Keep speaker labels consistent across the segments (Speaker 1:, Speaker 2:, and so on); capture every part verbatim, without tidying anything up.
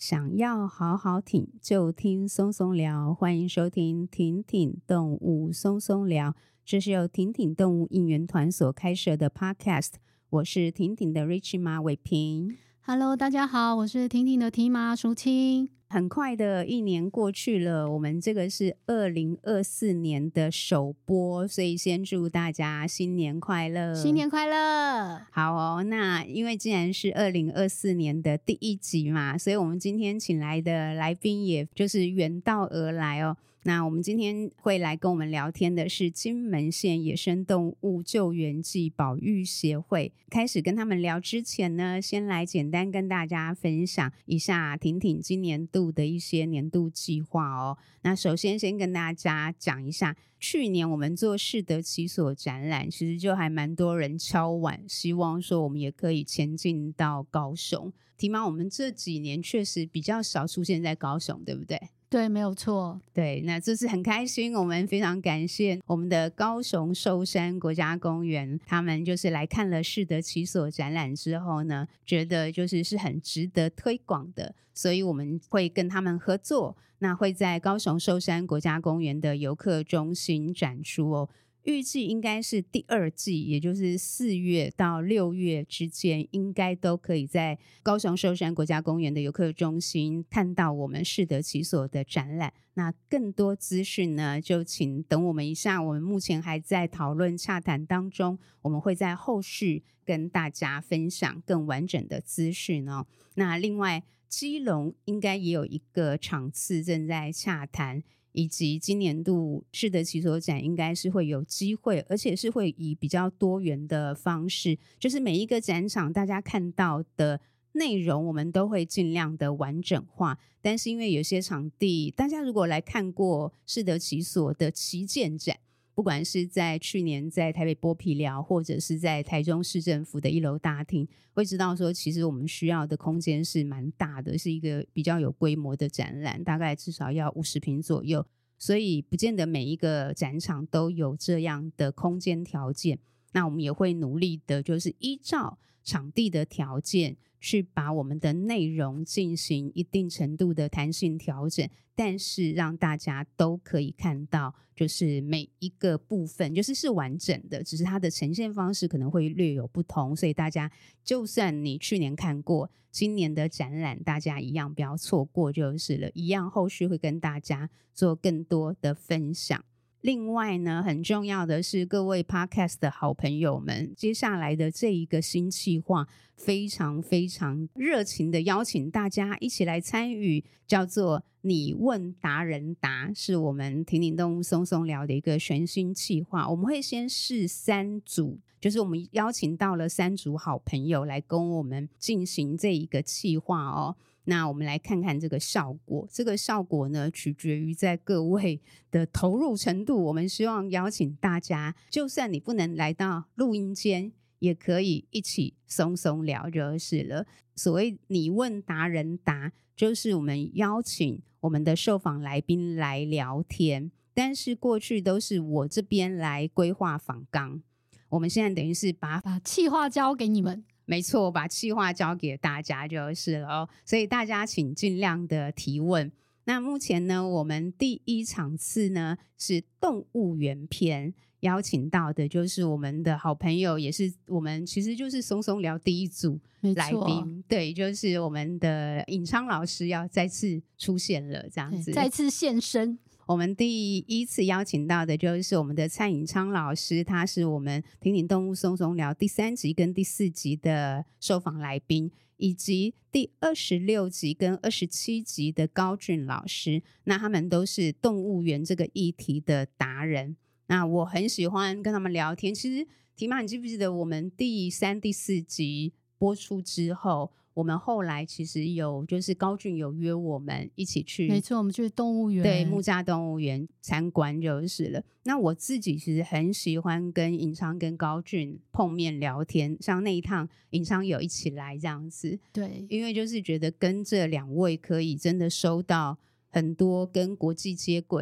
Speaker 1: 想要好好挺就听松松聊，欢迎收听挺挺动物松松聊，这是由挺挺动物应援团所开设的 podcast， 我是挺挺的 Richie 马伟平。
Speaker 2: Hello， 大家好，我是挺挺的提马淑清。
Speaker 1: 很快的一年过去了，我们这个是二零二四年的首播，所以先祝大家新年快乐，
Speaker 2: 新年快乐。
Speaker 1: 好哦，那因为既然是二零二四年的第一集嘛，所以我们今天请来的来宾也就是远道而来哦。那我们今天会来跟我们聊天的是金门县野生动物救援暨保育协会。开始跟他们聊之前呢，先来简单跟大家分享一下挺挺今年度的一些年度计划哦。那首先先跟大家讲一下，去年我们做适得其所展览，其实就还蛮多人敲碗，希望说我们也可以前进到高雄。提妈，我们这几年确实比较少出现在高雄，对不对？
Speaker 2: 对，没有错。
Speaker 1: 对，那这次很开心，我们非常感谢我们的高雄寿山国家公园，他们就是来看了适得其所展览之后呢，觉得就是是很值得推广的，所以我们会跟他们合作，那会在高雄寿山国家公园的游客中心展出哦。预计应该是第二季，也就是四月到六月之间，应该都可以在高雄寿山国家公园的游客中心看到我们适得其所的展览。那更多资讯呢，就请等我们一下，我们目前还在讨论洽谈当中，我们会在后续跟大家分享更完整的资讯哦。那另外基隆应该也有一个场次正在洽谈，以及今年度适得其所展应该是会有机会，而且是会以比较多元的方式，就是每一个展场大家看到的内容我们都会尽量的完整化，但是因为有些场地大家如果来看过适得其所的旗舰展，不管是在去年在台北剥皮寮，或者是在台中市政府的一楼大厅，会知道说其实我们需要的空间是蛮大的，是一个比较有规模的展览，大概至少要五十坪左右，所以不见得每一个展场都有这样的空间条件。那我们也会努力的就是依照场地的条件去把我们的内容进行一定程度的弹性调整，但是让大家都可以看到就是每一个部分就是是完整的，只是它的呈现方式可能会略有不同，所以大家就算你去年看过今年的展览，大家一样不要错过就是了，一样后续会跟大家做更多的分享。另外呢，很重要的是各位 podcast 的好朋友们，接下来的这一个新企划非常非常热情的邀请大家一起来参与，叫做你问达人答，是我们挺挺动物松松聊的一个全新企划。我们会先试三组，就是我们邀请到了三组好朋友来跟我们进行这一个企划哦。那我们来看看这个效果，这个效果呢取决于在各位的投入程度，我们希望邀请大家，就算你不能来到录音间，也可以一起松松聊就是了。所谓你问达人答，就是我们邀请我们的受访来宾来聊天，但是过去都是我这边来规划访纲，我们现在等于是把
Speaker 2: 把企划交给你们。
Speaker 1: 没错，把企划交给大家就是了哦，所以大家请尽量的提问。那目前呢，我们第一场次呢是动物园篇，邀请到的就是我们的好朋友，也是我们其实就是松松聊第一组来宾，对，就是我们的尹昌老师要再次出现了，这样子
Speaker 2: 再次现身。
Speaker 1: 我们第一次邀请到的就是我们的蔡颖昌老师，他是我们挺挺动物松松聊第三集跟第四集的受访来宾，以及第二十六集跟二十七集的高俊老师，那他们都是动物园这个议题的达人。那我很喜欢跟他们聊天。其实提妈，你记不记得我们第三第四集播出之后，我们后来其实有就是高俊有约我们一起去，
Speaker 2: 没错，我们去动物园，
Speaker 1: 对，木栅动物园参观就是了。那我自己其实很喜欢跟尹昌跟高俊碰面聊天，像那一趟尹昌有一起来这样子，
Speaker 2: 对，
Speaker 1: 因为就是觉得跟这两位可以真的收到很多跟国际接轨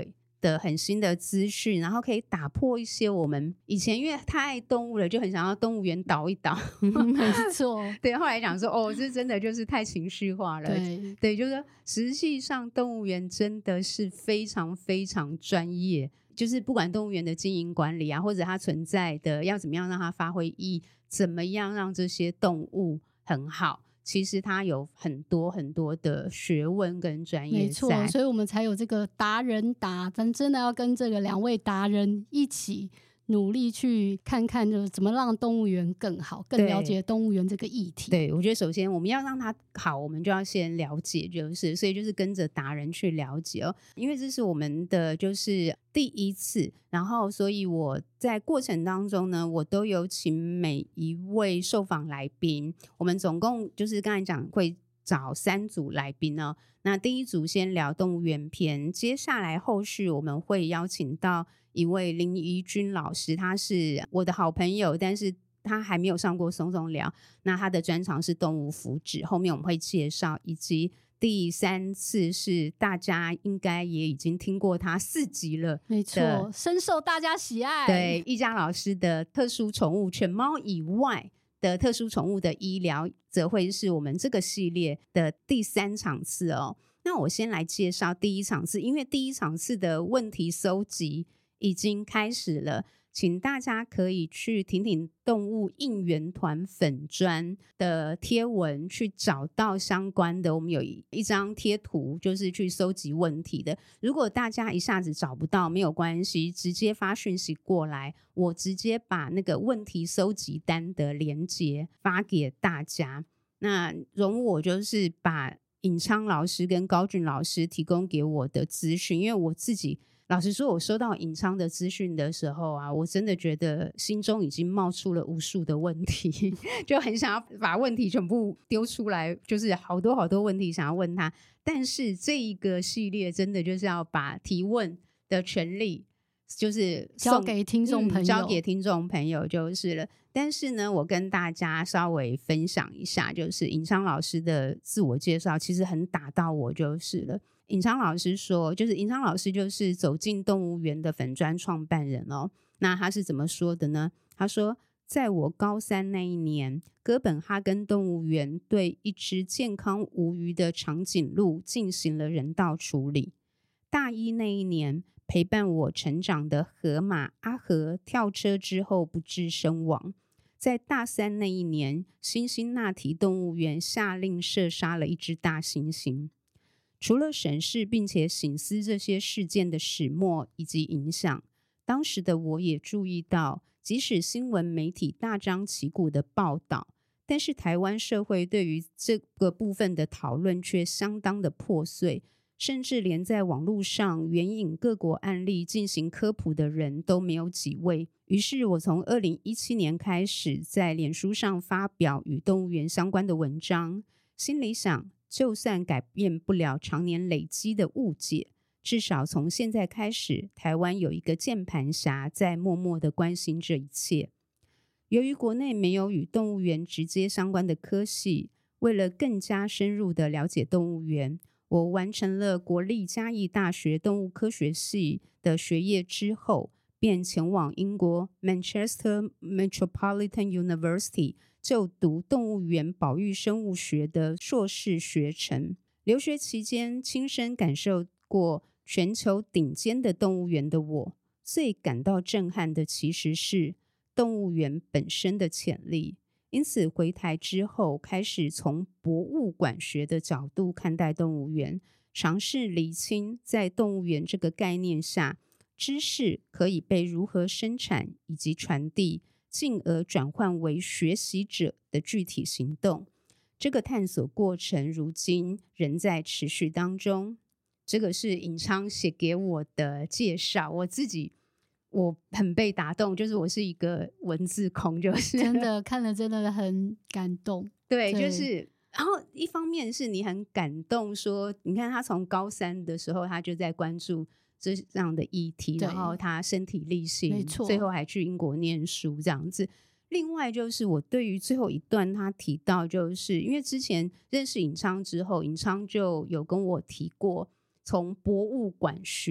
Speaker 1: 的很新的资讯，然后可以打破一些我们以前因为太爱动物了，就很想要动物园倒一倒。
Speaker 2: 没错，
Speaker 1: 对，后来讲说哦，这真的就是太情绪化了。
Speaker 2: 对
Speaker 1: 对，就是说实际上动物园真的是非常非常专业，就是不管动物园的经营管理啊，或者它存在的要怎么样让它发挥意义，怎么样让这些动物很好，其实它有很多很多的学问跟专业在。
Speaker 2: 没错，所以我们才有这个达人达，咱真的要跟这个两位达人一起努力去看看，就是怎么让动物园更好，更了解动物园这个议题。
Speaker 1: 对，我觉得首先我们要让它好，我们就要先了解，就是所以就是跟着达人去了解哦，因为这是我们的就是第一次，然后所以我在过程当中呢，我都有请每一位受访来宾，我们总共就是刚才讲会找三组来宾呢。那第一组先聊动物园篇，接下来后续我们会邀请到一位林怡君老师，他是我的好朋友，但是他还没有上过松松聊，那他的专长是动物福祉，后面我们会介绍，以及第三次是大家应该也已经听过他四集了，
Speaker 2: 没错，深受大家喜爱。
Speaker 1: 对，易家老师的特殊宠物犬猫以外的特殊宠物的医疗，则会是我们这个系列的第三场次哦。那我先来介绍第一场次，因为第一场次的问题搜集已经开始了，请大家可以去挺挺动物应援团粉专的贴文去找到相关的，我们有一张贴图就是去搜集问题的，如果大家一下子找不到没有关系，直接发讯息过来，我直接把那个问题搜集单的连结发给大家。那容我就是把尹昌老师跟高俊老师提供给我的资讯，因为我自己老实说，我收到尹昌的资讯的时候啊，我真的觉得心中已经冒出了无数的问题，就很想要把问题全部丢出来，就是好多好多问题想要问他。但是这一个系列真的就是要把提问的权利就是
Speaker 2: 交给听众朋友、嗯、
Speaker 1: 交给听众朋友就是了。但是呢，我跟大家稍微分享一下，就是尹昌老师的自我介绍，其实很打到我就是了。尹昌老师说，就是尹昌老师就是走进动物园的粉专创办人哦。那他是怎么说的呢？他说，在我高三那一年，哥本哈根动物园对一只健康无虞的长颈鹿进行了人道处理。大一那一年，陪伴我成长的河马阿和跳车之后不治身亡。在大三那一年，辛辛那提动物园下令射杀了一只大猩猩。除了审视并且省思这些事件的始末以及影响，当时的我也注意到，即使新闻媒体大张旗鼓的报道，但是台湾社会对于这个部分的讨论却相当的破碎，甚至连在网络上援引各国案例进行科普的人都没有几位。于是我从二零一七年开始在脸书上发表与动物园相关的文章，心里想，就算改变不了常年累积的误解，至少从现在开始，台湾有一个键盘侠在默默的关心这一切。由于国内没有与动物园直接相关的科系，为了更加深入的了解动物园，我完成了国立嘉义大学动物科学系的学业之后，便前往英国 Manchester Metropolitan University 就读动物园保育生物学的硕士学程。留学期间亲身感受过全球顶尖的动物园的我，最感到震撼的其实是动物园本身的潜力。因此回台之后，开始从博物馆学的角度看待动物园，尝试厘清在动物园这个概念下，知识可以被如何生产以及传递，进而转换为学习者的具体行动。这个探索过程如今仍在持续当中。这个是尹昌写给我的介绍，我自己我很被打动，就是我是一个文字控，就是
Speaker 2: 真的看了真的很感动。
Speaker 1: 对，就是然后一方面是你很感动说，你看他从高三的时候他就在关注这样的议题，然后他身体力行，最后还去英国念书这样子。另外就是我对于最后一段他提到，就是因为之前认识尹昌之后，尹昌就有跟我提过从博物馆学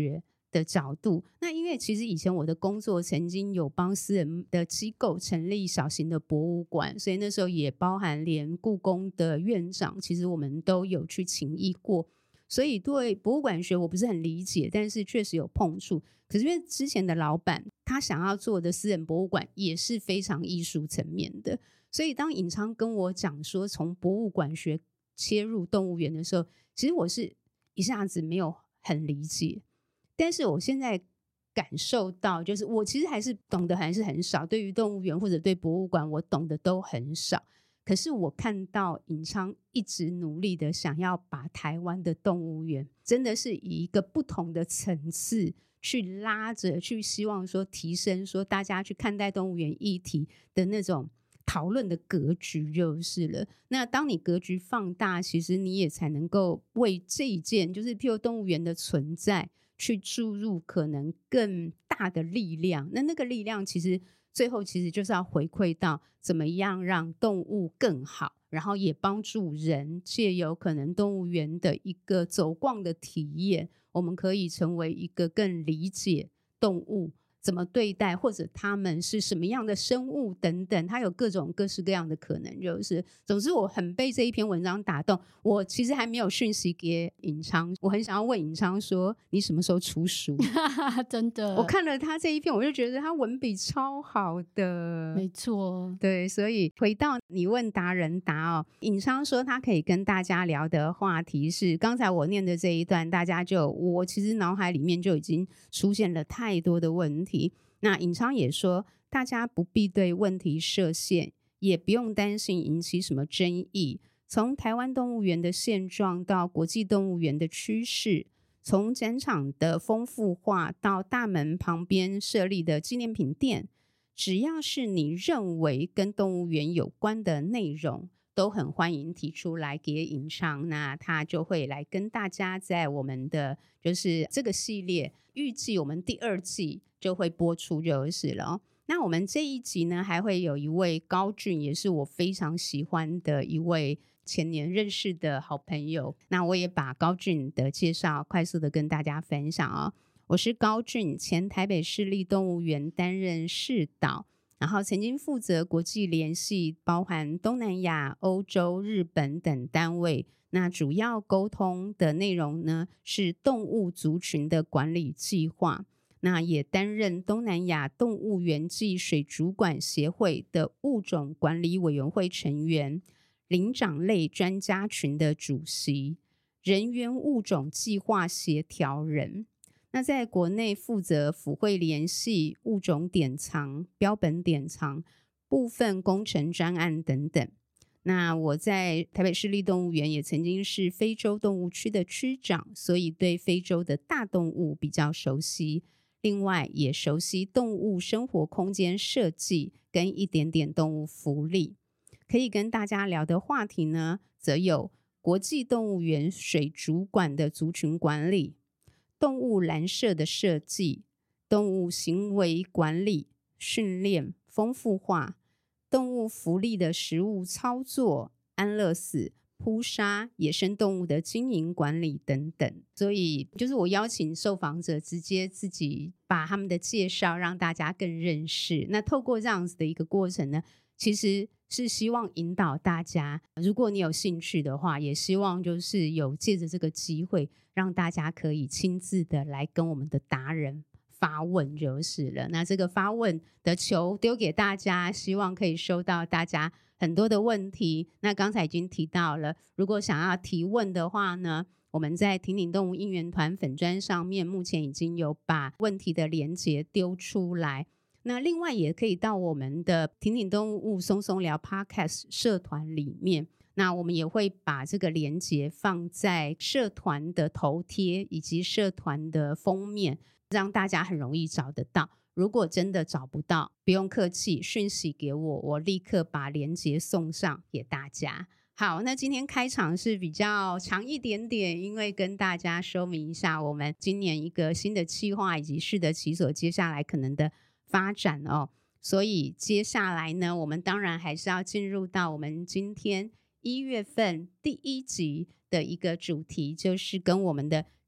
Speaker 1: 的角度。那因为其实以前我的工作曾经有帮私人的机构成立小型的博物馆，所以那时候也包含连故宫的院长，其实我们都有去请益过。所以对博物馆学我不是很理解，但是确实有碰触。可是因为之前的老板他想要做的私人博物馆也是非常艺术层面的，所以当尹昌跟我讲说从博物馆学切入动物园的时候，其实我是一下子没有很理解。但是我现在感受到，就是我其实还是懂得还是很少，对于动物园或者对博物馆我懂得都很少。可是我看到尹昌一直努力的想要把台湾的动物园真的是以一个不同的层次去拉着，去希望说提升说大家去看待动物园议题的那种讨论的格局就是了。那当你格局放大，其实你也才能够为这一件就是譬如动物园的存在去注入可能更大的力量。那那个力量其实最后其实就是要回馈到怎么样让动物更好，然后也帮助人借由可能动物园的一个走逛的体验，我们可以成为一个更理解动物怎么对待，或者他们是什么样的生物等等，它有各种各式各样的可能。就是总之我很被这一篇文章打动，我其实还没有讯息给尹昌，我很想要问尹昌说你什么时候出书
Speaker 2: 真的
Speaker 1: 我看了他这一篇我就觉得他文笔超好的，
Speaker 2: 没错。
Speaker 1: 对，所以回到你问达人答哦，尹昌说他可以跟大家聊的话题是刚才我念的这一段，大家就我其实脑海里面就已经出现了太多的问题。那尹昌也说大家不必对问题设限，也不用担心引起什么争议，从台湾动物园的现状到国际动物园的趋势，从展场的丰富化到大门旁边设立的纪念品店，只要是你认为跟动物园有关的内容，都很欢迎提出来给尹昌，那他就会来跟大家在我们的就是这个系列，预计我们第二季就会播出就是了哦。那我们这一集呢，还会有一位高俊，也是我非常喜欢的一位前年认识的好朋友，那我也把高俊的介绍快速的跟大家分享哦。我是高俊，前台北市立动物园担任市导，然后曾经负责国际联系，包含东南亚、欧洲、日本等单位。那主要沟通的内容呢，是动物族群的管理计划。那也担任东南亚动物园暨水族馆协会的物种管理委员会成员，灵长类专家群的主席，人猿物种计划协调人。那在国内负责辅会联系、物种典藏、标本典藏、部分工程专案等等。那我在台北市立动物园也曾经是非洲动物区的区长，所以对非洲的大动物比较熟悉。另外也熟悉动物生活空间设计跟一点点动物福利。可以跟大家聊的话题呢，则有国际动物园水族馆的族群管理、动物栏舍的设计、动物行为管理、训练、丰富化、动物福利的食物操作、安乐死、扑杀、野生动物的经营管理等等。所以就是我邀请受访者直接自己把他们的介绍让大家更认识。那透过这样子的一个过程呢，其实是希望引导大家，如果你有兴趣的话，也希望就是有借着这个机会让大家可以亲自的来跟我们的达人发问就是了。那这个发问的球丢给大家，希望可以收到大家很多的问题。那刚才已经提到了，如果想要提问的话呢，我们在挺挺动物应援团粉专上面目前已经有把问题的连结丢出来。那另外也可以到我们的挺挺动物松松聊 Podcast 社团里面，那我们也会把这个连结放在社团的头贴以及社团的封面，让大家很容易找得到。如果真的找不到，不用客气，讯息给我，我立刻把连结送上给大家。好，那今天开场是比较长一点点，因为跟大家说明一下我们今年一个新的企划以及适得其所接下来可能的发展哦。所以接下来呢，我们当然还是要进入到我们今天一月份第一集的一个主题，就是跟我们的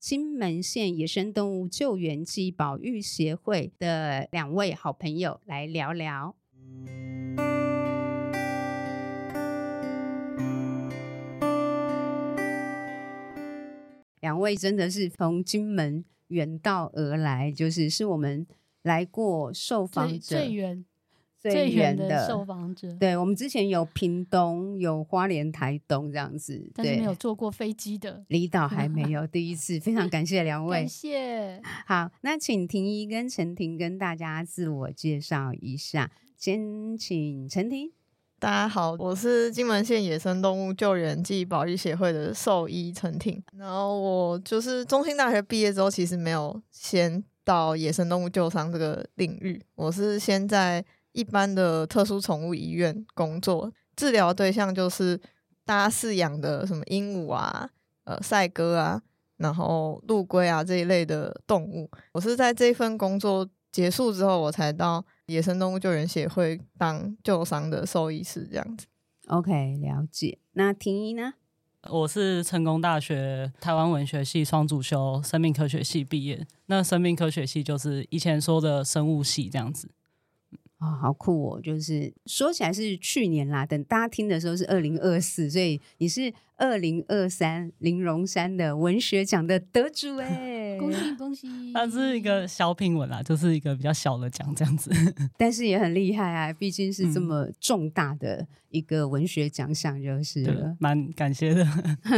Speaker 1: 金门县野生动物救援暨保育协会的两位好朋友来聊聊。两位真的是从金门远道而来，就是是我们来过受访者
Speaker 2: 最远
Speaker 1: 最远
Speaker 2: 的受访者。
Speaker 1: 对，我们之前有屏东，有花莲、台东这样子，
Speaker 2: 但是没有坐过飞机的，
Speaker 1: 离岛还没有第一次，非常感谢两位，
Speaker 2: 感谢。
Speaker 1: 好，那请婷宜跟陈婷跟大家自我介绍一下，先请陈婷。
Speaker 3: 大家好，我是金门县野生动物救援暨保育协会的兽医陈婷。然后我就是中兴大学毕业之后，其实没有先到野生动物救伤这个领域，我是先在一般的特殊宠物医院工作，治疗对象就是大家饲养的什么鹦鹉啊、呃赛鸽啊，然后陆龟啊这一类的动物。我是在这份工作结束之后，我才到野生动物救援协会当救伤的兽医师这样子。
Speaker 1: OK， 了解。那婷宜呢？
Speaker 4: 我是成功大学台湾文学系双主修生命科学系毕业，那生命科学系就是以前说的生物系这样子。
Speaker 1: 哦，好酷哦！就是说起来是去年啦，等大家听的时候是二零二四，所以你是二零二三林荣山的文学奖的得主哎，
Speaker 2: 恭喜恭喜！
Speaker 4: 它是一个小品文啦，就是一个比较小的奖这样子，
Speaker 1: 但是也很厉害啊，毕竟是这么重大的一个文学奖项就是了，
Speaker 4: 蛮感谢的。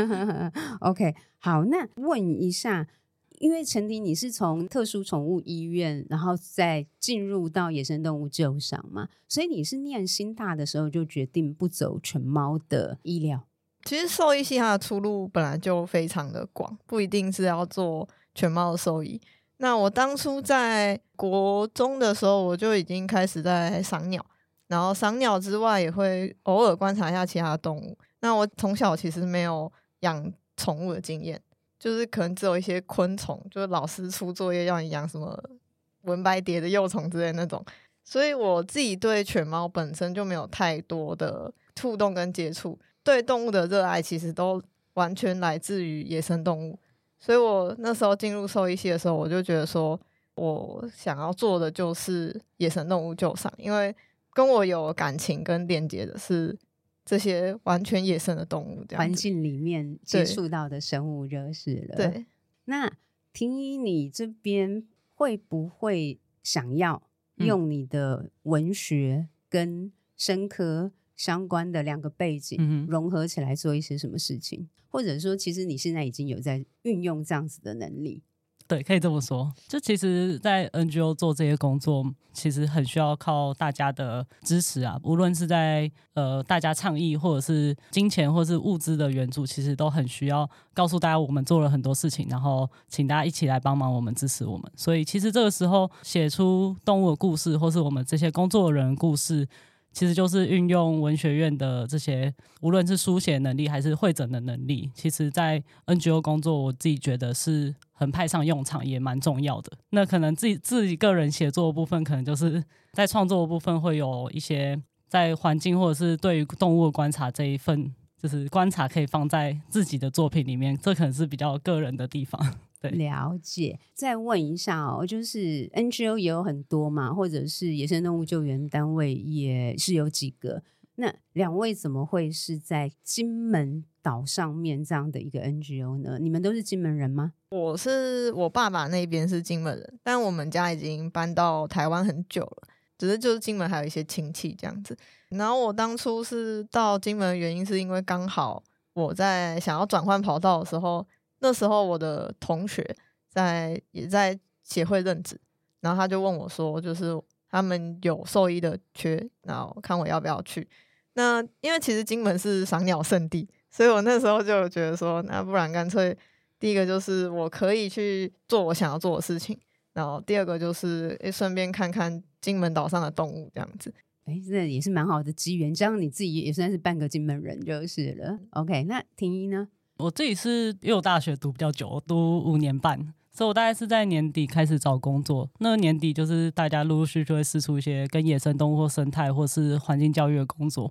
Speaker 1: OK， 好，那问一下。因为陈婷你是从特殊宠物医院然后再进入到野生动物救伤嘛，所以你是念新大的时候就决定不走犬猫的医疗。
Speaker 3: 其实兽医系它的出路本来就非常的广，不一定是要做犬猫的兽医。那我当初在国中的时候我就已经开始在赏鸟，然后赏鸟之外也会偶尔观察一下其他的动物。那我从小其实没有养宠物的经验，就是可能只有一些昆虫，就是老师出作业要你养什么文白蝶的幼虫之类的那种，所以我自己对犬猫本身就没有太多的互动跟接触，对动物的热爱其实都完全来自于野生动物。所以我那时候进入兽医系的时候，我就觉得说我想要做的就是野生动物救伤，因为跟我有感情跟连接的是这些完全野生的动物，这样
Speaker 1: 环境里面接触到的生物就是了。
Speaker 3: 对，
Speaker 1: 那婷宜你这边会不会想要用你的文学跟生科相关的两个背景、嗯、融合起来做一些什么事情，或者说其实你现在已经有在运用这样子的能力？
Speaker 4: 对，可以这么说。就其实在 N G O 做这些工作其实很需要靠大家的支持啊，无论是在呃大家倡议或者是金钱或是物资的援助，其实都很需要告诉大家我们做了很多事情，然后请大家一起来帮忙我们，支持我们。所以其实这个时候写出动物的故事或是我们这些工作人的故事，其实就是运用文学院的这些无论是书写能力还是会诊的能力，其实在 N G O 工作我自己觉得是很派上用场，也蛮重要的。那可能自己自己个人写作的部分，可能就是在创作的部分会有一些在环境或者是对于动物的观察这一份，就是观察可以放在自己的作品里面，这可能是比较个人的地方。对，
Speaker 1: 了解。再问一下哦，就是 N G O 也有很多嘛，或者是野生动物救援单位也是有几个，那两位怎么会是在金门岛上面这样的一个 N G O 呢？你们都是金门人吗？
Speaker 3: 我是我爸爸那边是金门人，但我们家已经搬到台湾很久了，只是就是金门还有一些亲戚这样子。然后我当初是到金门的原因是因为刚好我在想要转换跑道的时候，那时候我的同学在也在协会任职，然后他就问我说就是他们有兽医的缺，然后看我要不要去。那因为其实金门是赏鸟圣地，所以我那时候就觉得说那不然干脆第一个就是我可以去做我想要做的事情，然后第二个就是顺便看看金门岛上的动物这样子。
Speaker 1: 哎，这也是蛮好的机缘，这样你自己也算是半个金门人就是了。 OK， 那婷宜呢？
Speaker 4: 我自己是因为我大学读比较久，我读五年半，所以我大概是在年底开始找工作。那年底就是大家陆陆续续会释出一些跟野生动物或生态或是环境教育的工作，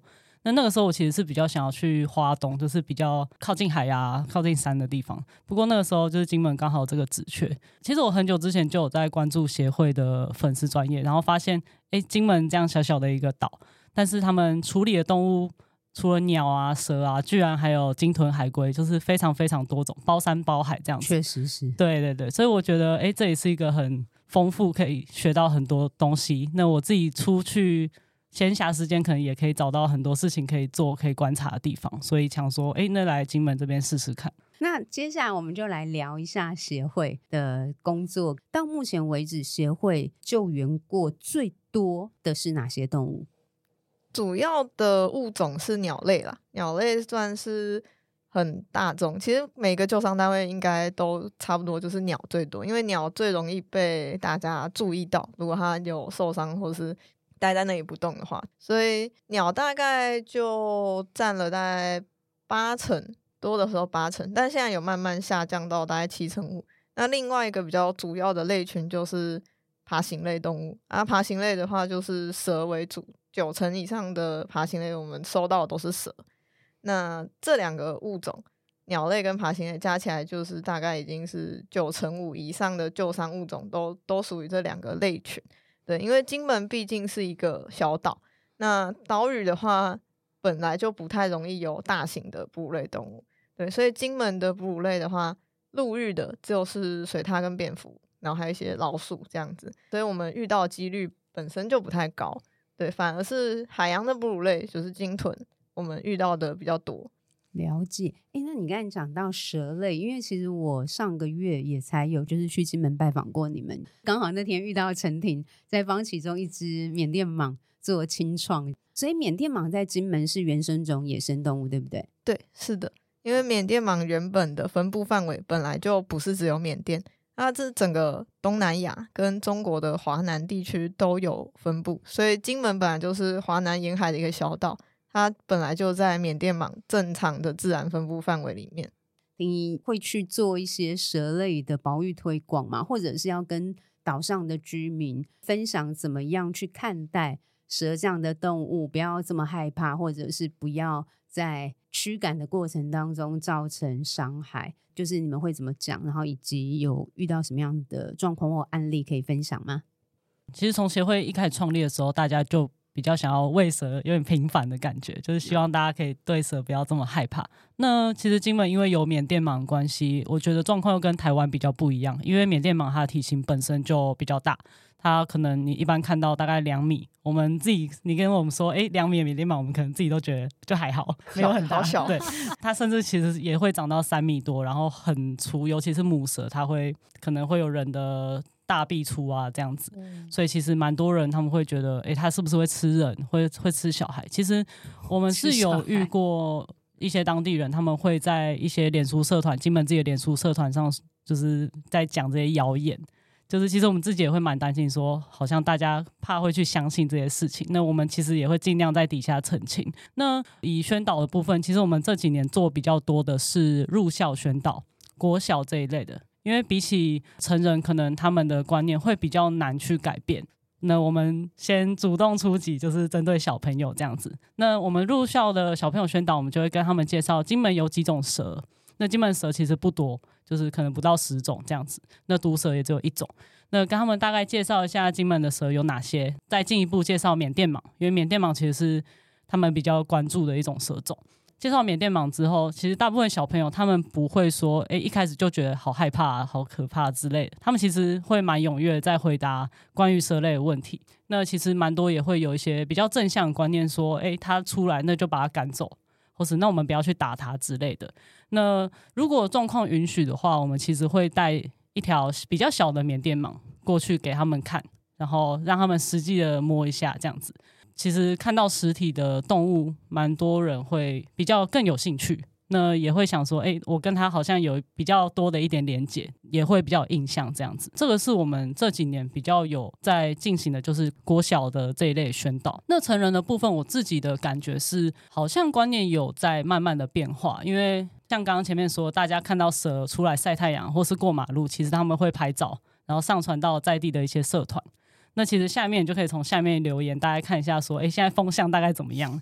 Speaker 4: 那那个时候我其实是比较想要去花东，就是比较靠近海啊、靠近山的地方。不过那个时候就是金门刚好这个职缺，其实我很久之前就有在关注协会的粉丝专页，然后发现，哎，金门这样小小的一个岛，但是他们处理的动物除了鸟啊、蛇啊，居然还有鲸豚、海龟，就是非常非常多种，包山包海这样子。
Speaker 1: 确实是，
Speaker 4: 对对对，所以我觉得，哎，这也是一个很丰富，可以学到很多东西。那我自己出去闲暇时间可能也可以找到很多事情可以做、可以观察的地方，所以想说，哎，那来金门这边试试看。
Speaker 1: 那接下来我们就来聊一下协会的工作。到目前为止，协会救援过最多的是哪些动物？
Speaker 3: 主要的物种是鸟类啦，鸟类算是很大众。其实每个救伤单位应该都差不多，就是鸟最多，因为鸟最容易被大家注意到，如果它有受伤或是待在那里不动的话，所以鸟大概就占了大概八成多的时候八成，但现在有慢慢下降到大概七成五。那另外一个比较主要的类群就是爬行类动物啊，爬行类的话就是蛇为主，九成以上的爬行类我们收到的都是蛇。那这两个物种，鸟类跟爬行类加起来，就是大概已经是九成五以上的救伤物种都都属于这两个类群。对，因为金门毕竟是一个小岛，那岛屿的话本来就不太容易有大型的哺乳类动物。对，所以金门的哺乳类的话，陆域的就是水獭跟蝙蝠，然后还有一些老鼠这样子，所以我们遇到的几率本身就不太高。对，反而是海洋的哺乳类，就是鲸豚，我们遇到的比较多。
Speaker 1: 了解。诶，那你刚才讲到蛇类，因为其实我上个月也才有就是去金门拜访过你们，刚好那天遇到陈婷在帮其中一只缅甸蟒做清创，所以缅甸蟒在金门是原生种野生动物，对不对？
Speaker 3: 对，是的，因为缅甸蟒原本的分布范围本来就不是只有缅甸，那这整个东南亚跟中国的华南地区都有分布，所以金门本来就是华南沿海的一个小岛，它本来就在缅甸蟒正常的自然分布范围里面。
Speaker 1: 你会去做一些蛇类的保育推广吗？或者是要跟岛上的居民分享怎么样去看待蛇这样的动物，不要这么害怕，或者是不要在驱赶的过程当中造成伤害，就是你们会怎么讲，然后以及有遇到什么样的状况或案例可以分享吗？
Speaker 4: 其实从协会一开始创立的时候，大家就比较想要为蛇有点平反的感觉，就是希望大家可以对蛇不要这么害怕。那其实金门因为有缅甸蟒的关系，我觉得状况又跟台湾比较不一样，因为缅甸蟒它的体型本身就比较大，它可能你一般看到大概两米，我们自己你跟我们说哎两米的缅甸蟒，我们可能自己都觉得就还好，没有很大，
Speaker 3: 好小。
Speaker 4: 对，它甚至其实也会长到三米多，然后很粗，尤其是母蛇，它会可能会有人的大臂粗啊这样子，嗯、所以其实蛮多人他们会觉得，哎，它是不是会吃人，会会吃小孩？其实我们是有遇过一些当地人，他们会在一些脸书社团，金门自己的脸书社团上，就是在讲这些谣言。就是其实我们自己也会蛮担心说好像大家怕会去相信这些事情，那我们其实也会尽量在底下澄清。那以宣导的部分，其实我们这几年做比较多的是入校宣导，国小这一类的，因为比起成人可能他们的观念会比较难去改变，那我们先主动出击，就是针对小朋友这样子。那我们入校的小朋友宣导，我们就会跟他们介绍金门有几种蛇，那金门蛇其实不多，就是可能不到十种这样子，那毒蛇也只有一种。那跟他们大概介绍一下金门的蛇有哪些，再进一步介绍缅甸蟒，因为缅甸蟒其实是他们比较关注的一种蛇种。介绍缅甸蟒之后，其实大部分小朋友他们不会说诶一开始就觉得好害怕、啊、好可怕之类的，他们其实会蛮踊跃在回答关于蛇类的问题。那其实蛮多也会有一些比较正向的观念说，诶它出来那就把它赶走，或是那我们不要去打它之类的。那如果状况允许的话，我们其实会带一条比较小的缅甸蟒过去给他们看，然后让他们实际的摸一下这样子。其实看到实体的动物，蛮多人会比较更有兴趣，那也会想说哎、欸，我跟他好像有比较多的一点连结，也会比较有印象这样子。这个是我们这几年比较有在进行的，就是国小的这一类宣导。那成人的部分，我自己的感觉是好像观念有在慢慢的变化，因为像刚刚前面说，大家看到蛇出来晒太阳或是过马路，其实他们会拍照然后上传到在地的一些社团。那其实下面你就可以从下面留言大概看一下说，哎，现在风向大概怎么样？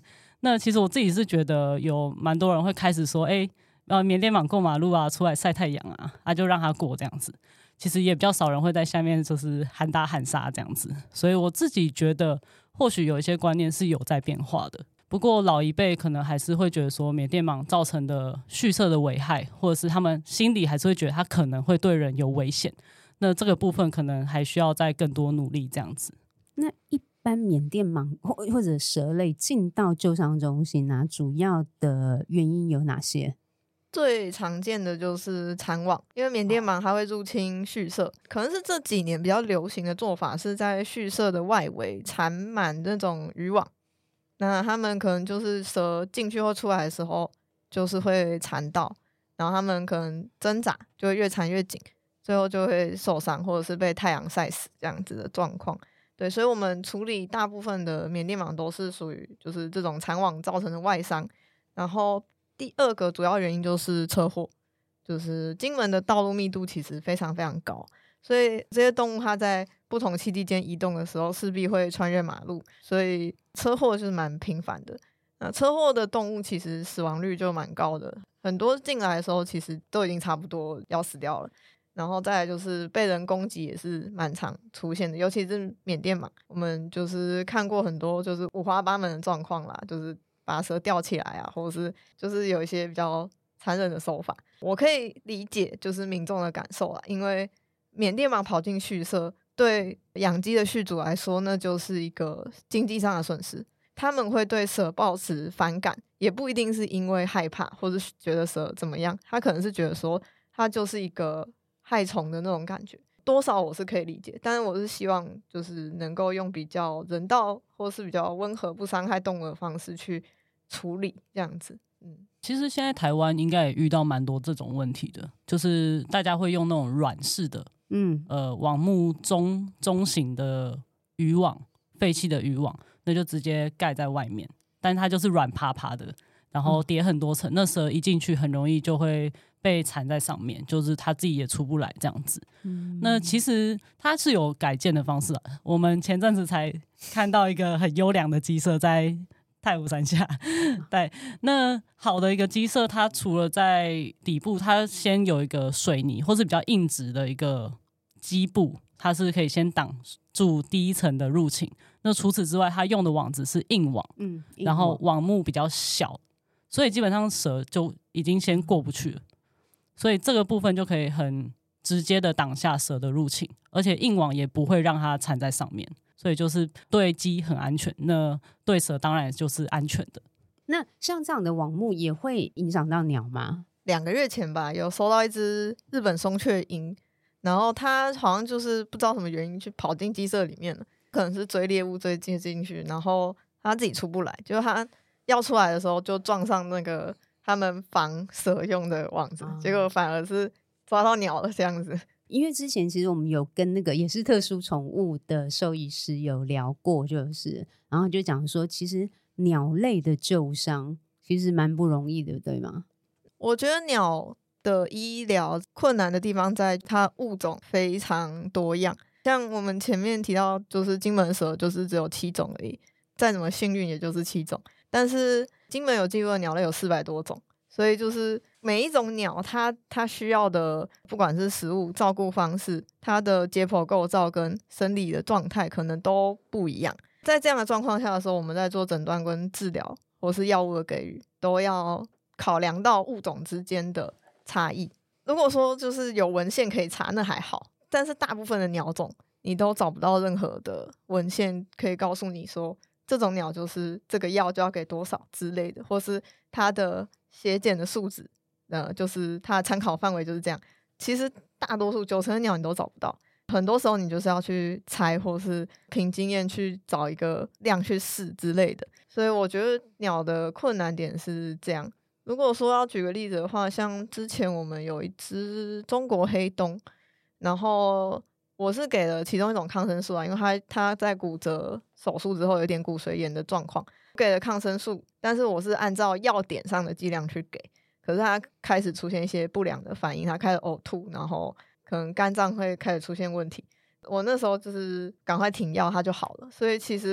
Speaker 4: 那其实我自己是觉得有蛮多人会开始说，哎、欸，缅甸蟒过马路啊，出来晒太阳啊，啊就让它过这样子。其实也比较少人会在下面就是喊打喊杀这样子，所以我自己觉得或许有一些观念是有在变化的。不过老一辈可能还是会觉得说缅甸蟒造成的蓄射的危害，或者是他们心里还是会觉得它可能会对人有危险，那这个部分可能还需要再更多努力这样子。
Speaker 1: 那一般缅甸蟒或者蛇类进到救伤中心啊，主要的原因有哪些？
Speaker 3: 最常见的就是缠网，因为缅甸蟒它会入侵畜舍，可能是这几年比较流行的做法是在畜舍的外围缠满那种渔网，那他们可能就是蛇进去或出来的时候就是会缠到，然后他们可能挣扎就会越缠越紧，最后就会受伤或者是被太阳晒死这样子的状况。对，所以我们处理大部分的缅甸蟒都是属于就是这种缠网造成的外伤。然后第二个主要原因就是车祸，就是金门的道路密度其实非常非常高，所以这些动物它在不同栖地间移动的时候势必会穿越马路，所以车祸就是蛮频繁的。那车祸的动物其实死亡率就蛮高的，很多进来的时候其实都已经差不多要死掉了。然后再来就是被人攻击也是蛮常出现的，尤其是缅甸蟒，我们就是看过很多就是五花八门的状况啦，就是把蛇吊起来啊，或者是就是有一些比较残忍的手法。我可以理解就是民众的感受啦，因为缅甸蟒跑进畜舍，对养鸡的畜主来说那就是一个经济上的损失，他们会对蛇抱持反感，也不一定是因为害怕或是觉得蛇怎么样，他可能是觉得说它就是一个害虫的那种感觉，多少我是可以理解，但是我是希望就是能够用比较人道或是比较温和不伤害动物的方式去处理这样子。嗯，
Speaker 4: 其实现在台湾应该也遇到蛮多这种问题的，就是大家会用那种软式的嗯呃网目中中型的渔网，废弃的渔网，那就直接盖在外面，但它就是软趴趴的，然后叠很多层，那蛇一进去很容易就会被缠在上面，就是他自己也出不来这样子。嗯，那其实它是有改建的方式啊。我们前阵子才看到一个很优良的鸡舍在太湖山下，对，那好的一个鸡舍，它除了在底部，它先有一个水泥或是比较硬质的一个基部，它是可以先挡住第一层的入侵。那除此之外，它用的网子是硬网，嗯，然后网目比较小，所以基本上蛇就已经先过不去了。所以这个部分就可以很直接的挡下蛇的入侵，而且硬网也不会让它缠在上面，所以就是对鸡很安全，那对蛇当然就是安全的。
Speaker 1: 那像这样的网目也会影响到鸟吗？
Speaker 3: 两个月前吧，有收到一只日本松雀鹰，然后它好像就是不知道什么原因去跑进鸡舍里面了，可能是追猎物追进进去，然后它自己出不来，就是它要出来的时候就撞上那个他们防蛇用的网子，哦，结果反而是抓到鸟了这样子。
Speaker 1: 因为之前其实我们有跟那个也是特殊宠物的兽医师有聊过，就是然后就讲说其实鸟类的救伤其实蛮不容易的，对吗？
Speaker 3: 我觉得鸟的医疗困难的地方在它物种非常多样，像我们前面提到就是金门蛇就是只有七种而已，再怎么幸运也就是七种，但是金门有记录的鸟类有四百多种，所以就是每一种鸟它它需要的不管是食物照顾方式，它的解剖构造跟生理的状态可能都不一样。在这样的状况下的时候，我们在做诊断跟治疗或是药物的给予都要考量到物种之间的差异。如果说就是有文献可以查那还好，但是大部分的鸟种你都找不到任何的文献可以告诉你说这种鸟就是这个药就要给多少之类的，或是它的血检的数值呃，就是它的参考范围就是这样。其实大多数九成的鸟你都找不到，很多时候你就是要去猜或是凭经验去找一个量去试之类的，所以我觉得鸟的困难点是这样。如果说要举个例子的话，像之前我们有一只中国黑洞，然后我是给了其中一种抗生素啊，因为它它在骨折手术之后有点骨髓炎的状况，给了抗生素，但是我是按照药典上的剂量去给，可是它开始出现一些不良的反应，它开始呕吐，然后可能肝脏会开始出现问题，我那时候就是赶快停药它就好了。所以其实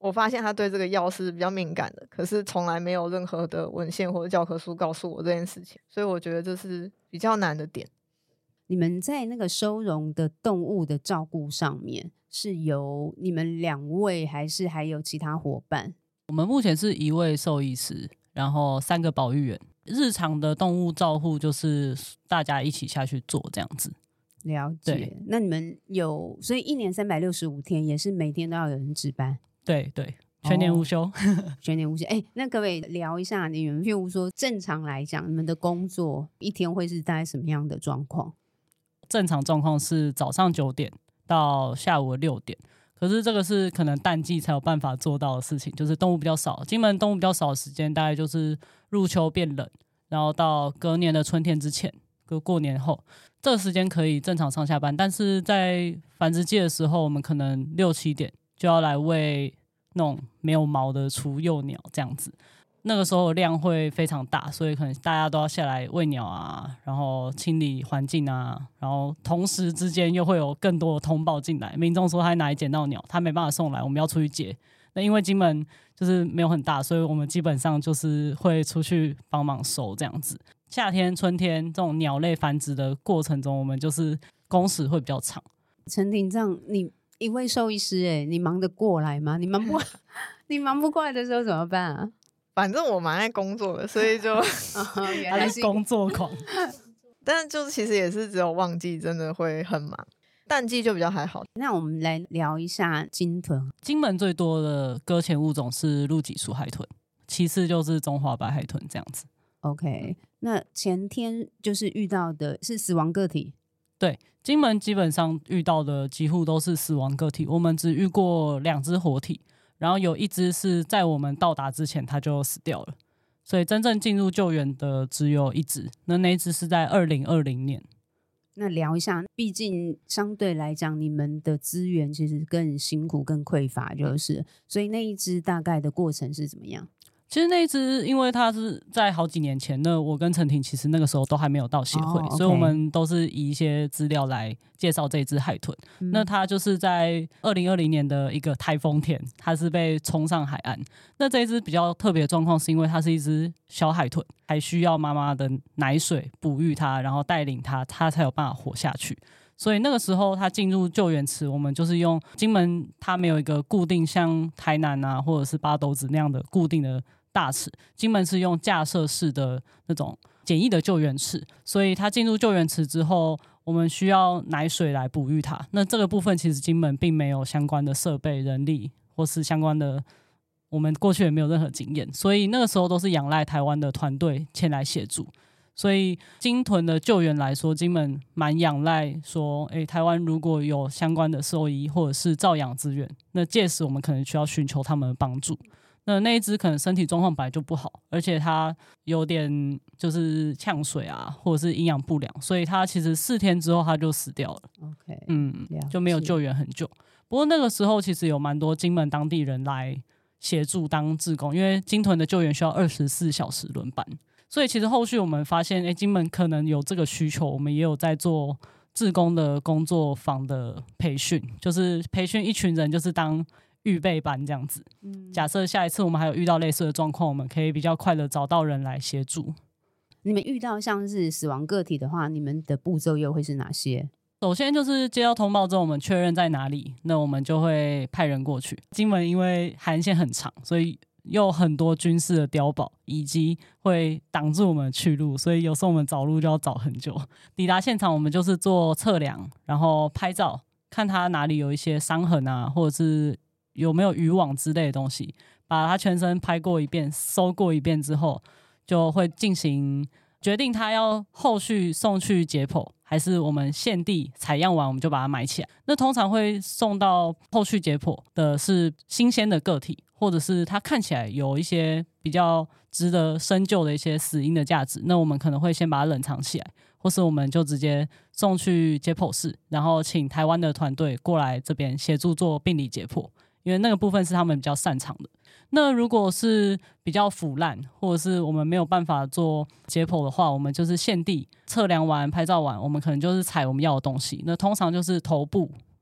Speaker 3: 我发现他对这个药是比较敏感的，可是从来没有任何的文献或者教科书告诉我这件事情，所以我觉得这是比较难的点。
Speaker 1: 你们在那个收容的动物的照顾上面，是由你们两位还是还有其他伙伴？
Speaker 4: 我们目前是一位兽医师，然后三个保育员，日常的动物照护就是大家一起下去做这样子。
Speaker 1: 了解。那你们有，所以一年三百六十五天也是每天都要有人值班？
Speaker 4: 对对，全年无休。哦、
Speaker 1: 全年无休。哎、欸，那可不可以聊一下你们，譬如说正常来讲，你们的工作一天会是大概什么样的状况？
Speaker 4: 正常状况是早上九点到下午六点，可是这个是可能淡季才有办法做到的事情，就是动物比较少，金门动物比较少的时间大概就是入秋变冷，然后到隔年的春天之前，就过年后，这个时间可以正常上下班。但是在繁殖季的时候，我们可能六七点就要来喂那种没有毛的雏幼鸟这样子，那个时候量会非常大，所以可能大家都要下来喂鸟啊，然后清理环境啊，然后同时之间又会有更多的通报进来，民众说他哪里捡到鸟，他没办法送来，我们要出去接。那因为金门就是没有很大，所以我们基本上就是会出去帮忙收这样子。夏天春天这种鸟类繁殖的过程中，我们就是工时会比较长。
Speaker 1: 陈庭，这样你一位兽医师、欸，你忙得过来吗？你忙不你忙不过来的时候怎么办啊？
Speaker 3: 反正我蛮爱工作的，所以就
Speaker 1: 哦、原来是
Speaker 4: 工作狂。
Speaker 3: 但是就是其实也是只有旺季真的会很忙，淡季就比较还好。
Speaker 1: 那我们来聊一下鲸豚。
Speaker 4: 金门最多的搁浅物种是露脊鼠海豚，其次就是中华白海豚这样子。
Speaker 1: OK， 那前天就是遇到的是死亡个体。
Speaker 4: 对，金门基本上遇到的几乎都是死亡个体，我们只遇过两只活体，然后有一只是在我们到达之前它就死掉了，所以真正进入救援的只有一只，那那一只是在二零二零年。
Speaker 1: 那聊一下，毕竟相对来讲你们的资源其实更辛苦更匮乏，就是所以那一只大概的过程是怎么样？
Speaker 4: 其实那一只因为它是在好几年前，那我跟陈婷其实那个时候都还没有到协会、哦 okay、所以我们都是以一些资料来介绍这一只海豚、嗯、那它就是在二零二零年的一个台风天，它是被冲上海岸。那这一只比较特别的状况是因为它是一只小海豚，还需要妈妈的奶水哺育它，然后带领它，它才有办法活下去。所以那个时候它进入救援池，我们就是用金门它没有一个固定像台南啊或者是八斗子那样的固定的大池，金门是用架设式的那种简易的救援池，所以它进入救援池之后，我们需要奶水来哺育它。那这个部分其实金门并没有相关的设备、人力或是相关的，我们过去也没有任何经验，所以那个时候都是仰赖台湾的团队前来协助。所以鲸豚的救援来说，金门蛮仰赖说，诶，台湾如果有相关的兽医或者是照养资源，那届时我们可能需要寻求他们的帮助。那那一只可能身体状况本来就不好，而且它有点就是呛水啊，或者是营养不良，所以它其实四天之后它就死掉了。
Speaker 1: OK，
Speaker 4: 嗯，就没有救援很久。不过那个时候其实有蛮多金门当地人来协助当志工，因为鲸豚的救援需要二十四小时轮班，所以其实后续我们发现，哎，金门可能有这个需求，我们也有在做志工的工作坊的培训，就是培训一群人，就是当预备班这样子、嗯、假设下一次我们还有遇到类似的状况，我们可以比较快的找到人来协助。
Speaker 1: 你们遇到像是死亡个体的话，你们的步骤又会是哪些？
Speaker 4: 首先就是接到通报之后，我们确认在哪里，那我们就会派人过去。金门因为海岸线很长，所以有很多军事的碉堡以及会挡住我们的去路，所以有时候我们找路就要找很久。抵达现场我们就是做测量，然后拍照，看它哪里有一些伤痕啊，或者是有没有渔网之类的东西，把它全身拍过一遍搜过一遍之后，就会进行决定它要后续送去解剖，还是我们现地采样完我们就把它埋起来。那通常会送到后续解剖的是新鲜的个体，或者是它看起来有一些比较值得深究的一些死因的价值，那我们可能会先把它冷藏起来，或是我们就直接送去解剖室，然后请台湾的团队过来这边协助做病理解剖，因为那个部分是他们比较擅长的。那如果是比较腐烂，或者是我们没有办法做解剖的话，我们就是现地测量完拍照完，我们可能就是采我们要的东西，那通常就是头部，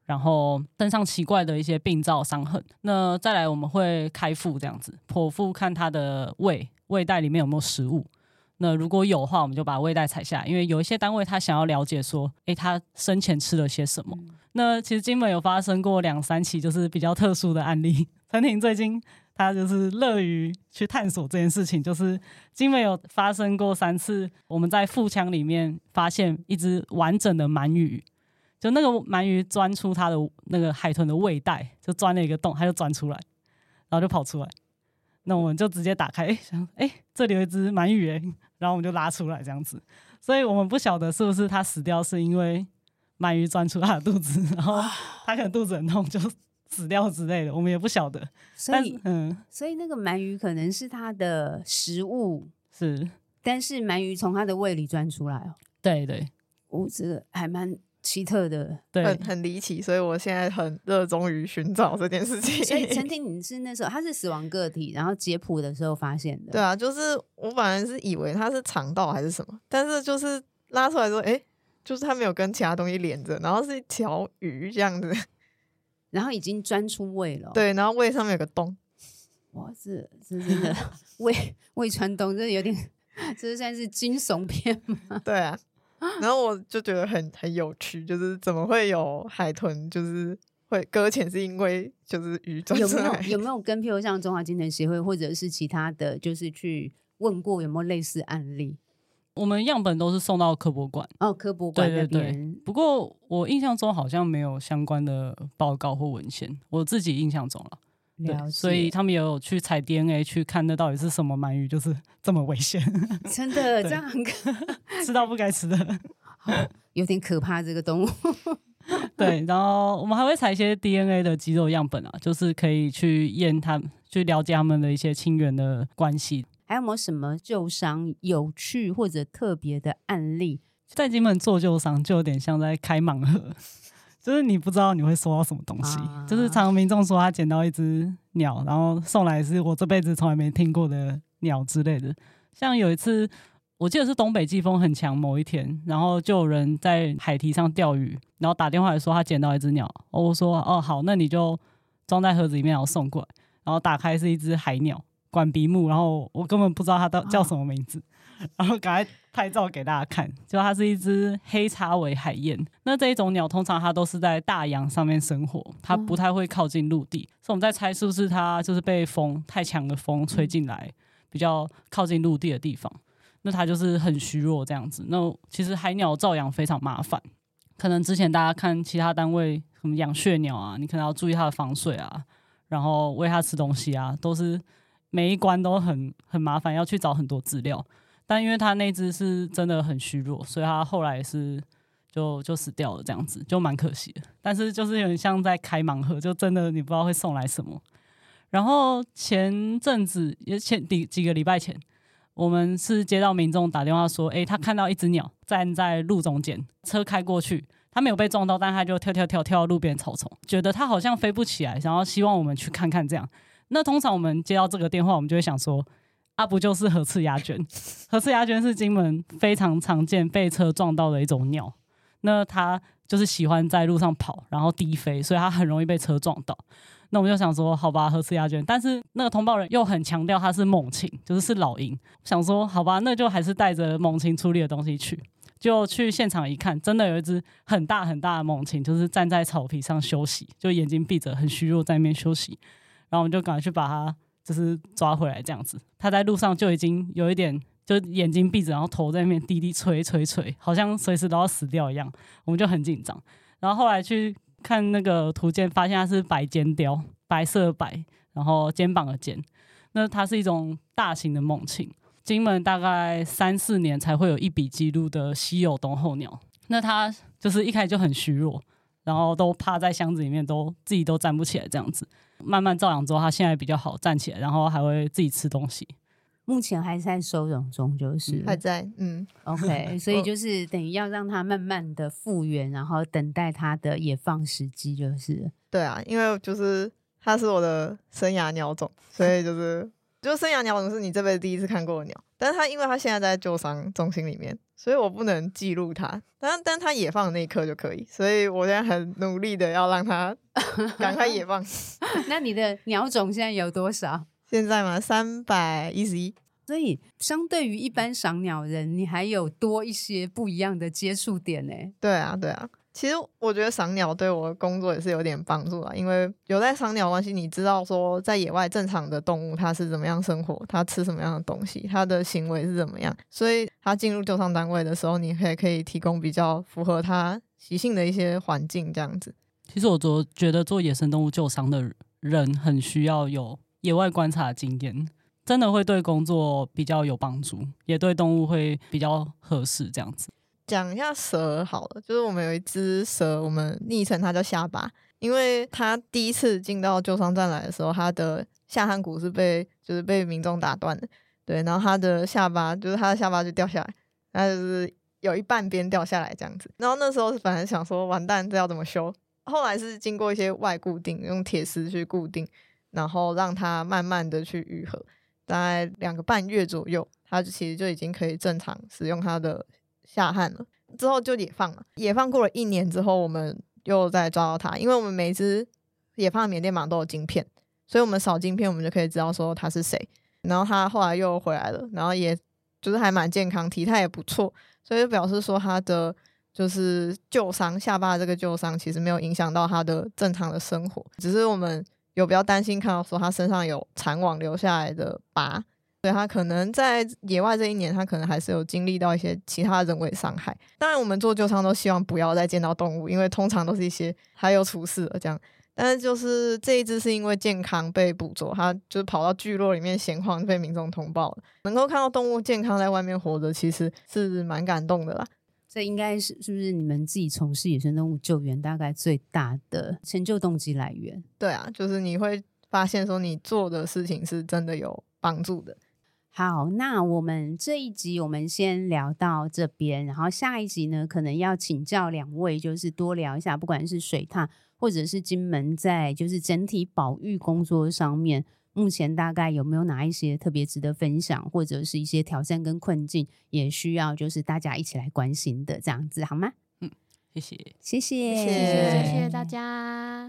Speaker 4: 然后身上奇怪的一些病灶伤痕。那再来我们会开腹这样子，剖腹看它的胃胃袋里面有没有食物，那如果有的话我们就把胃袋采下来，因为有一些单位他想要了解说诶他生前吃了些什么、嗯、那其实金门有发生过两三起就是比较特殊的案例，陈婷最近他就是乐于去探索这件事情，就是金门有发生过三次我们在腹腔里面发现一只完整的鳗鱼，就那个鳗鱼钻出它的那个海豚的胃袋，就钻了一个洞，它就钻出来，然后就跑出来。那我们就直接打开，哎、欸，想，哎、欸，这里有一只鳗鱼，哎，然后我们就拉出来这样子。所以我们不晓得是不是它死掉是因为鳗鱼钻出它的肚子，然后它可能肚子很痛就死掉之类的，我们也不晓得。
Speaker 1: 所以，嗯，所以那个鳗鱼可能是它的食物，
Speaker 4: 是，
Speaker 1: 但是鳗鱼从它的胃里钻出来哦。
Speaker 4: 对对，
Speaker 1: 我、哦、这个还蛮奇特的，
Speaker 4: 对，
Speaker 3: 很很离奇，所以我现在很热衷于寻找这件事情。
Speaker 1: 所以陈婷，你是那时候他是死亡个体，然后解剖的时候发现的。
Speaker 3: 对啊，就是我本来是以为它是肠道还是什么，但是就是拉出来说，哎、欸，就是它没有跟其他东西连着，然后是一条鱼这样子，
Speaker 1: 然后已经钻出胃了。
Speaker 3: 对，然后胃上面有个洞。
Speaker 1: 哇，这这真的胃胃穿洞，这有点，这算是惊悚片吗？
Speaker 3: 对啊。然后我就觉得很很有趣，就是怎么会有海豚就是会搁浅，是因为就是鱼钻出来。
Speaker 1: 有没有有没有跟譬如像中华精神协会或者是其他的就是去问过有没有类似案例？
Speaker 4: 我们样本都是送到科博馆
Speaker 1: 哦，科博馆那边。对对对。
Speaker 4: 不过我印象中好像没有相关的报告或文献，我自己印象中了。对，所以他们也有去采 D N A 去看那到底是什么鳗鱼，就是这么危险。
Speaker 1: 真的这样很可
Speaker 4: 吃到不该吃的，
Speaker 1: 有点可怕这个动物。
Speaker 4: 对，然后我们还会采一些 D N A 的肌肉样本啊，就是可以去验他们，去了解他们的一些亲缘的关系。
Speaker 1: 还有没有什么救伤有趣或者特别的案例？
Speaker 4: 在金门做救伤就有点像在开盲盒。就是你不知道你会收到什么东西、啊、就是常常民众说他捡到一只鸟，然后送来是我这辈子从来没听过的鸟之类的。像有一次我记得是东北季风很强某一天，然后就有人在海堤上钓鱼，然后打电话来说他捡到一只鸟，我说哦好，那你就装在盒子里面然后送过来，然后打开是一只海鸟管鼻目，然后我根本不知道它叫什么名字、啊、然后赶快拍照给大家看，就它是一只黑叉尾海燕。那这一种鸟通常它都是在大洋上面生活，它不太会靠近陆地、嗯、所以我们在猜是不是它就是被风太强的风吹进来比较靠近陆地的地方，那它就是很虚弱这样子。那其实海鸟照养非常麻烦，可能之前大家看其他单位什么养血鸟啊，你可能要注意它的防水啊，然后喂它吃东西啊，都是每一关都很很麻烦，要去找很多资料。但因为他那只是真的很虚弱，所以他后来是就就死掉了，这样子就蛮可惜的。但是就是有点像在开盲盒，就真的你不知道会送来什么。然后前阵子也前几几个礼拜前，我们是接到民众打电话说，哎、欸，他看到一只鸟站在路中间，车开过去，他没有被撞到，但他就跳跳跳跳到路边草丛，觉得他好像飞不起来，然后希望我们去看看这样。那通常我们接到这个电话，我们就会想说，啊，不就是河翅鸦鹃？河翅鸦鹃是金门非常常见被车撞到的一种鸟，那它就是喜欢在路上跑，然后低飞，所以它很容易被车撞到。那我们就想说，好吧，河翅鸦鹃，但是那个通报人又很强调它是猛禽，就是是老鹰，想说好吧，那就还是带着猛禽处理的东西去。就去现场一看，真的有一只很大很大的猛禽，就是站在草皮上休息，就眼睛闭着，很虚弱在那边休息。然后我们就赶快去把它就是抓回来这样子。他在路上就已经有一点就眼睛闭着，然后头在那边滴滴吹吹吹，好像随时都要死掉一样，我们就很紧张。然后后来去看那个图鉴，发现它是白尖雕，白色的白，然后肩膀的肩。那它是一种大型的猛禽，金门大概三四年才会有一笔记录的稀有冬候鸟。那它就是一开始就很虚弱，然后都趴在箱子里面，都自己都站不起来这样子。慢慢照养之后，它现在比较好站起来，然后还会自己吃东西。
Speaker 1: 目前还在收容中，就是
Speaker 3: 还在，嗯
Speaker 1: ，OK， 所以就是等于要让它慢慢的复原，然后等待它的野放时机，就是
Speaker 3: 对啊，因为就是它是我的生涯鸟种，所以就是就生涯鸟种是你这辈子第一次看过的鸟，但是它因为它现在在救伤中心里面， 所以我不能记录它，但但它野放的那一刻就可以，所以我现在很努力的要让它赶快野放。
Speaker 1: 那你的鸟种现在有多少？
Speaker 3: 现在嘛，三百一十一。
Speaker 1: 所以相对于一般赏鸟人，你还有多一些不一样的接触点呢。
Speaker 3: 对啊，对啊。其实我觉得赏鸟对我的工作也是有点帮助啊，因为有在赏鸟关系，你知道说在野外正常的动物它是怎么样生活，它吃什么样的东西，它的行为是怎么样，所以它进入救伤单位的时候，你也可以提供比较符合它习性的一些环境这样子。
Speaker 4: 其实我做觉得做野生动物救伤的人很需要有野外观察的经验，真的会对工作比较有帮助，也对动物会比较合适这样子。
Speaker 3: 讲一下蛇好了，就是我们有一只蛇，我们昵称它叫下巴，因为它第一次进到救伤站来的时候，它的下颌骨是被就是被民众打断的，对，然后它的下巴就是它的下巴就掉下来，它就是有一半边掉下来这样子。然后那时候本来想说完蛋，这要怎么修？后来是经过一些外固定，用铁丝去固定，然后让它慢慢的去愈合，大概两个半月左右，它其实就已经可以正常使用它的下颌了。之后就野放了，野放过了一年之后，我们又再抓到它，因为我们每只野放的缅甸蟒都有晶片，所以我们扫晶片，我们就可以知道说它是谁。然后它后来又回来了，然后也就是还蛮健康，体态也不错，所以就表示说它的就是旧伤下巴的这个旧伤其实没有影响到它的正常的生活，只是我们有比较担心看到说它身上有缠网留下来的疤，所以他可能在野外这一年，他可能还是有经历到一些其他人为伤害。当然我们做救伤都希望不要再见到动物，因为通常都是一些它又出事了这样。但是就是这一只是因为健康被捕捉，它就是跑到聚落里面闲晃，被民众通报了。能够看到动物健康在外面活着，其实是蛮感动的啦。
Speaker 1: 这应该是是不是你们自己从事野生动物救援大概最大的成就动机来源？
Speaker 3: 对啊，就是你会发现说你做的事情是真的有帮助的。
Speaker 1: 好，那我们这一集我们先聊到这边，然后下一集呢，可能要请教两位，就是多聊一下，不管是水獭或者是金门在就是整体保育工作上面，目前大概有没有哪一些特别值得分享，或者是一些挑战跟困境，也需要就是大家一起来关心的，这样子好吗？
Speaker 4: 嗯，谢谢，
Speaker 1: 谢谢，
Speaker 3: 谢谢
Speaker 2: 谢谢大家。